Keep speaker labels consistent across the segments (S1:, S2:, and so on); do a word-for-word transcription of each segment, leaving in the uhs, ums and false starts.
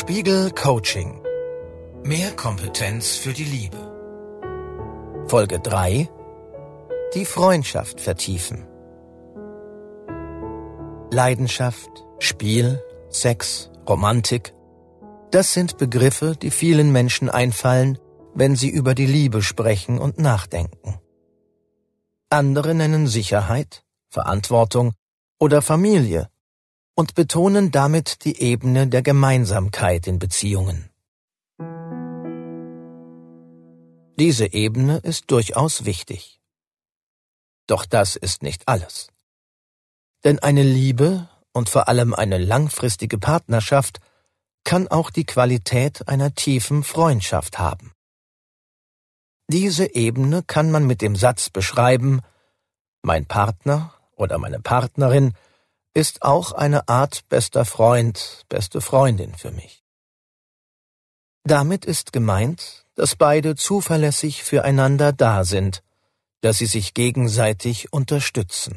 S1: Spiegel Coaching. Mehr Kompetenz für die Liebe. Folge drei. Die Freundschaft vertiefen. Leidenschaft, Spiel, Sex, Romantik. Das sind Begriffe, die vielen Menschen einfallen, wenn sie über die Liebe sprechen und nachdenken. Andere nennen Sicherheit, Verantwortung oder Familie und betonen damit die Ebene der Gemeinsamkeit in Beziehungen. Diese Ebene ist durchaus wichtig. Doch das ist nicht alles. Denn eine Liebe und vor allem eine langfristige Partnerschaft kann auch die Qualität einer tiefen Freundschaft haben. Diese Ebene kann man mit dem Satz beschreiben: Mein Partner oder meine Partnerin ist auch eine Art bester Freund, beste Freundin für mich. Damit ist gemeint, dass beide zuverlässig füreinander da sind, dass sie sich gegenseitig unterstützen.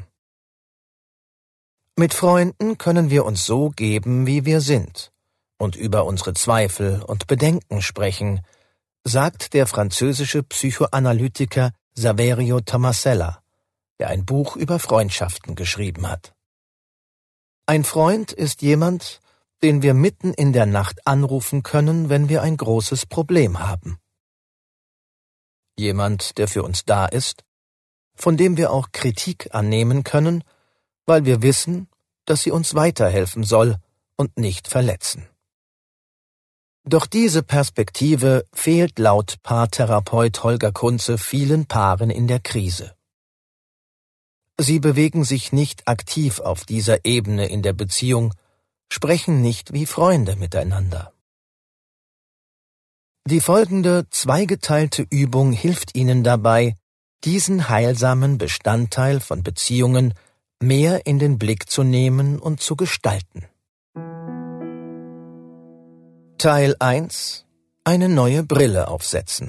S1: Mit Freunden können wir uns so geben, wie wir sind, und über unsere Zweifel und Bedenken sprechen, sagt der französische Psychoanalytiker Saverio Tomasella, der ein Buch über Freundschaften geschrieben hat. Ein Freund ist jemand, den wir mitten in der Nacht anrufen können, wenn wir ein großes Problem haben. Jemand, der für uns da ist, von dem wir auch Kritik annehmen können, weil wir wissen, dass sie uns weiterhelfen soll und nicht verletzen. Doch diese Perspektive fehlt laut Paartherapeut Holger Kunze vielen Paaren in der Krise. Sie bewegen sich nicht aktiv auf dieser Ebene in der Beziehung, sprechen nicht wie Freunde miteinander. Die folgende zweigeteilte Übung hilft Ihnen dabei, diesen heilsamen Bestandteil von Beziehungen mehr in den Blick zu nehmen und zu gestalten. Teil eins. Eine neue Brille aufsetzen.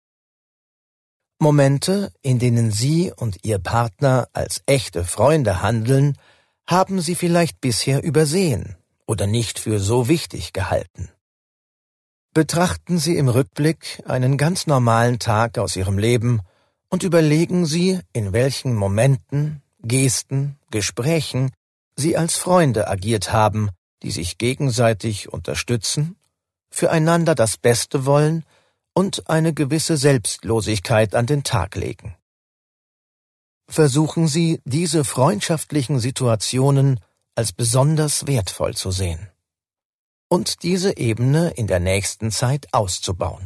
S1: Momente, in denen Sie und Ihr Partner als echte Freunde handeln, haben Sie vielleicht bisher übersehen oder nicht für so wichtig gehalten. Betrachten Sie im Rückblick einen ganz normalen Tag aus Ihrem Leben und überlegen Sie, in welchen Momenten, Gesten, Gesprächen Sie als Freunde agiert haben, die sich gegenseitig unterstützen, füreinander das Beste wollen und eine gewisse Selbstlosigkeit an den Tag legen. Versuchen Sie, diese freundschaftlichen Situationen als besonders wertvoll zu sehen und diese Ebene in der nächsten Zeit auszubauen.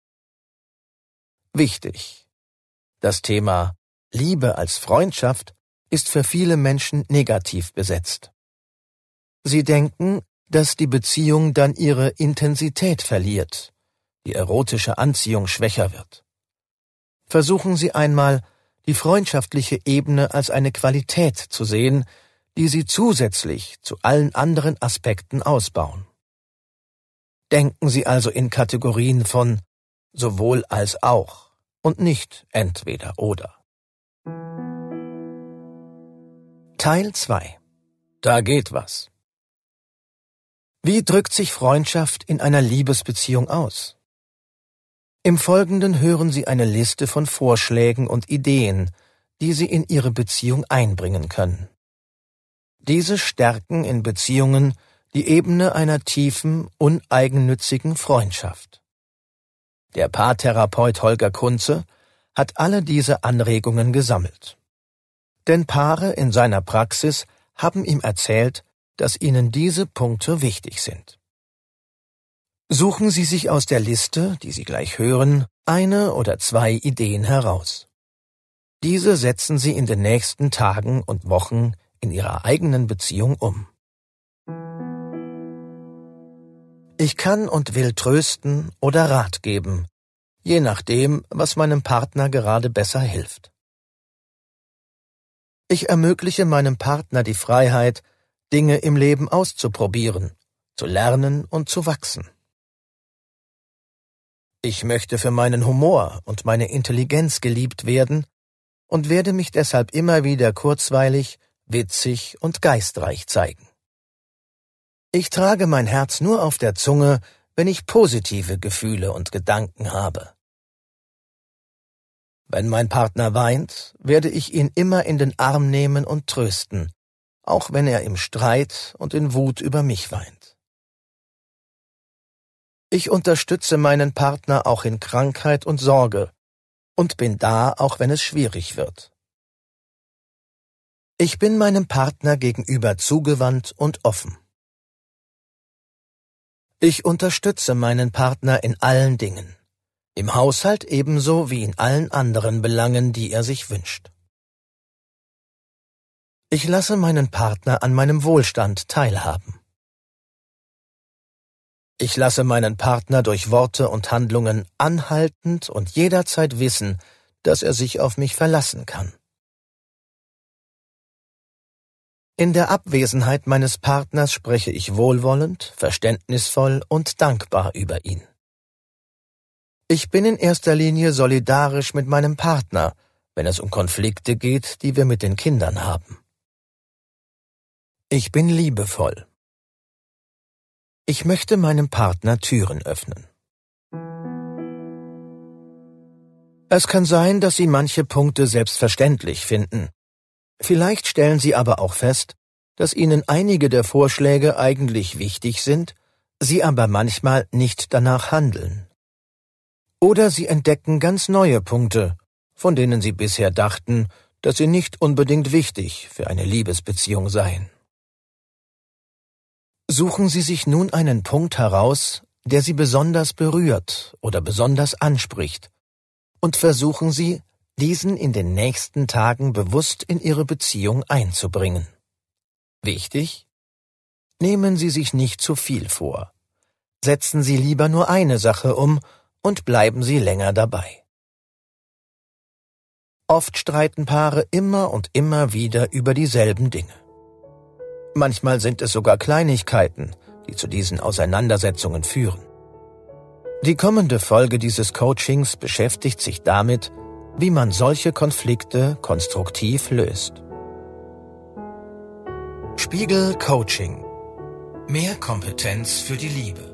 S1: Wichtig: Das Thema Liebe als Freundschaft ist für viele Menschen negativ besetzt. Sie denken, dass die Beziehung dann ihre Intensität verliert, die erotische Anziehung schwächer wird. Versuchen Sie einmal, die freundschaftliche Ebene als eine Qualität zu sehen, die Sie zusätzlich zu allen anderen Aspekten ausbauen. Denken Sie also in Kategorien von sowohl als auch und nicht entweder oder. Teil zwei. Da geht was. Wie drückt sich Freundschaft in einer Liebesbeziehung aus? Im Folgenden hören Sie eine Liste von Vorschlägen und Ideen, die Sie in Ihre Beziehung einbringen können. Diese stärken in Beziehungen die Ebene einer tiefen, uneigennützigen Freundschaft. Der Paartherapeut Holger Kunze hat alle diese Anregungen gesammelt. Denn Paare in seiner Praxis haben ihm erzählt, dass ihnen diese Punkte wichtig sind. Suchen Sie sich aus der Liste, die Sie gleich hören, eine oder zwei Ideen heraus. Diese setzen Sie in den nächsten Tagen und Wochen in Ihrer eigenen Beziehung um. Ich kann und will trösten oder Rat geben, je nachdem, was meinem Partner gerade besser hilft. Ich ermögliche meinem Partner die Freiheit, Dinge im Leben auszuprobieren, zu lernen und zu wachsen. Ich möchte für meinen Humor und meine Intelligenz geliebt werden und werde mich deshalb immer wieder kurzweilig, witzig und geistreich zeigen. Ich trage mein Herz nur auf der Zunge, wenn ich positive Gefühle und Gedanken habe. Wenn mein Partner weint, werde ich ihn immer in den Arm nehmen und trösten, auch wenn er im Streit und in Wut über mich weint. Ich unterstütze meinen Partner auch in Krankheit und Sorge und bin da, auch wenn es schwierig wird. Ich bin meinem Partner gegenüber zugewandt und offen. Ich unterstütze meinen Partner in allen Dingen, im Haushalt ebenso wie in allen anderen Belangen, die er sich wünscht. Ich lasse meinen Partner an meinem Wohlstand teilhaben. Ich lasse meinen Partner durch Worte und Handlungen anhaltend und jederzeit wissen, dass er sich auf mich verlassen kann. In der Abwesenheit meines Partners spreche ich wohlwollend, verständnisvoll und dankbar über ihn. Ich bin in erster Linie solidarisch mit meinem Partner, wenn es um Konflikte geht, die wir mit den Kindern haben. Ich bin liebevoll. Ich möchte meinem Partner Türen öffnen. Es kann sein, dass Sie manche Punkte selbstverständlich finden. Vielleicht stellen Sie aber auch fest, dass Ihnen einige der Vorschläge eigentlich wichtig sind, Sie aber manchmal nicht danach handeln. Oder Sie entdecken ganz neue Punkte, von denen Sie bisher dachten, dass sie nicht unbedingt wichtig für eine Liebesbeziehung seien. Suchen Sie sich nun einen Punkt heraus, der Sie besonders berührt oder besonders anspricht, und versuchen Sie, diesen in den nächsten Tagen bewusst in Ihre Beziehung einzubringen. Wichtig: Nehmen Sie sich nicht zu viel vor. Setzen Sie lieber nur eine Sache um und bleiben Sie länger dabei. Oft streiten Paare immer und immer wieder über dieselben Dinge. Manchmal sind es sogar Kleinigkeiten, die zu diesen Auseinandersetzungen führen. Die kommende Folge dieses Coachings beschäftigt sich damit, wie man solche Konflikte konstruktiv löst. Spiegel Coaching. Mehr Kompetenz für die Liebe.